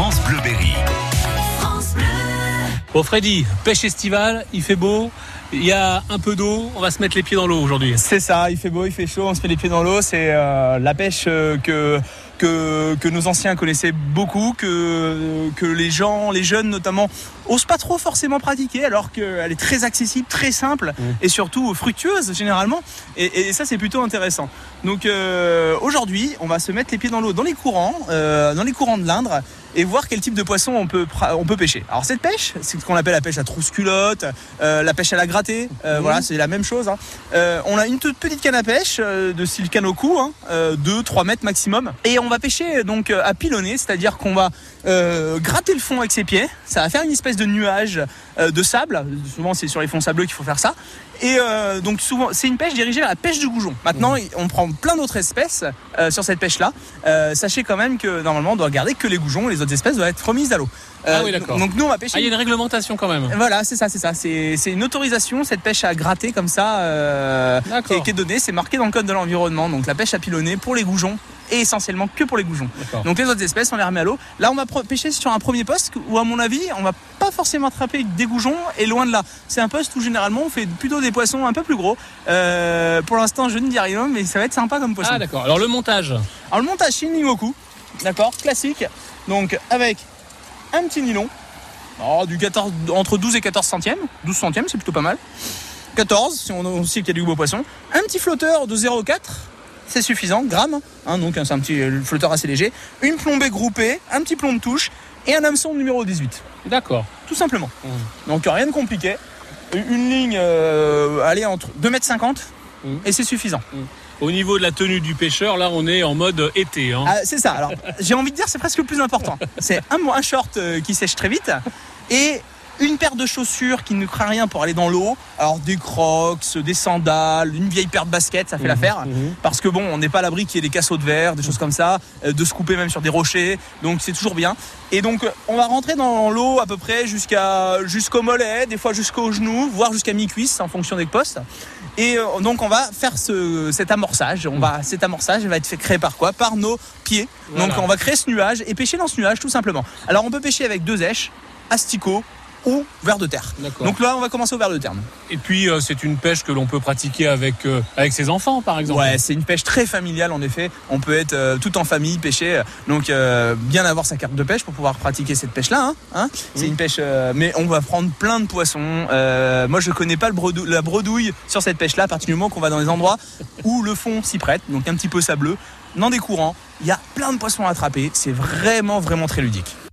France Bleu Berry. Bon Freddy, pêche estivale, il fait beau, il y a un peu d'eau, on va se mettre les pieds dans l'eau aujourd'hui. C'est ça, il fait beau, il fait chaud, on se met les pieds dans l'eau. C'est la pêche que nos anciens connaissaient beaucoup, que les jeunes notamment, osent pas trop forcément pratiquer, alors qu'elle est très accessible, très simple et surtout fructueuse généralement. Et ça, c'est plutôt intéressant. Donc aujourd'hui, on va se mettre les pieds dans l'eau, dans les courants de l'Indre, et voir quel type de poisson on peut pêcher. Alors cette pêche, c'est ce qu'on appelle la pêche à trousse-culotte, la pêche à la grattée, voilà, c'est la même chose. On a une toute petite canne à pêche de style canne au cou, 2-3 mètres maximum. Et on va pêcher donc à pilonner, c'est-à-dire qu'on va gratter le fond avec ses pieds. Ça va faire une espèce de nuage de sable. Souvent c'est sur les fonds sableux qu'il faut faire ça. Et donc souvent c'est une pêche dirigée vers la pêche du goujon. Maintenant on prend plein d'autres espèces sur cette pêche-là. Sachez quand même que normalement on doit garder que les goujons, et les autres espèces doivent être remises à l'eau. Ah oui, d'accord. Donc nous on va pêcher. Il y a une réglementation quand même. Voilà, c'est ça. C'est une autorisation, cette pêche à gratter comme ça, qui est donnée. C'est marqué dans le code de l'environnement. Donc la pêche à pilonner pour les goujons, et essentiellement que pour les goujons. D'accord. Donc les autres espèces, on les remet à l'eau. Là, on va pêcher sur un premier poste où, à mon avis, on va pas forcément attraper des goujons, et loin de là. C'est un poste où généralement on fait plutôt des poissons un peu plus gros. Pour l'instant, je ne dis rien, mais ça va être sympa comme poisson. Ah d'accord. Alors le montage. Alors le montage, c'est une ligne au cou, d'accord, classique. Donc avec un petit nylon, entre 12 et 14 centièmes. 12 centièmes, c'est plutôt pas mal. 14, si on sait qu'il y a du beau poisson. Un petit flotteur de 0,4, c'est suffisant, grammes. Donc c'est un petit flotteur assez léger. Une plombée groupée, un petit plomb de touche et un hameçon numéro 18. D'accord. Tout simplement. Donc rien de compliqué. Une ligne entre 2,50 m et c'est suffisant. Au niveau de la tenue du pêcheur, là on est en mode été. C'est ça, alors j'ai envie de dire c'est presque le plus important. C'est un short qui sèche très vite et une paire de chaussures qui ne craint rien pour aller dans l'eau. Alors des crocs, des sandales, une vieille paire de baskets, ça fait l'affaire. Parce que bon, on n'est pas à l'abri qu'il y ait des cassots de verre, des choses comme ça, de se couper même sur des rochers. Donc c'est toujours bien. Et donc on va rentrer dans l'eau à peu près jusqu'au mollet, des fois jusqu'au genou, voire jusqu'à mi-cuisse en fonction des postes. Et donc on va faire cet amorçage. Cet amorçage va être créé par quoi ? Par nos pieds. Voilà. Donc on va créer ce nuage et pêcher dans ce nuage tout simplement. Alors on peut pêcher avec 2 èches, asticots ou vers de terre. D'accord. Donc là on va commencer au vers de terre. Et puis c'est une pêche que l'on peut pratiquer avec ses enfants par exemple. Ouais, c'est une pêche très familiale en effet. On peut être tout en famille pêcher. Donc bien avoir sa carte de pêche pour pouvoir pratiquer cette pêche là. C'est une pêche, mais on va prendre plein de poissons. Moi je connais pas la bredouille sur cette pêche là, particulièrement qu'on va dans les endroits où le fond s'y prête, donc un petit peu sableux, dans des courants. Il y a plein de poissons à attraper. C'est vraiment très ludique.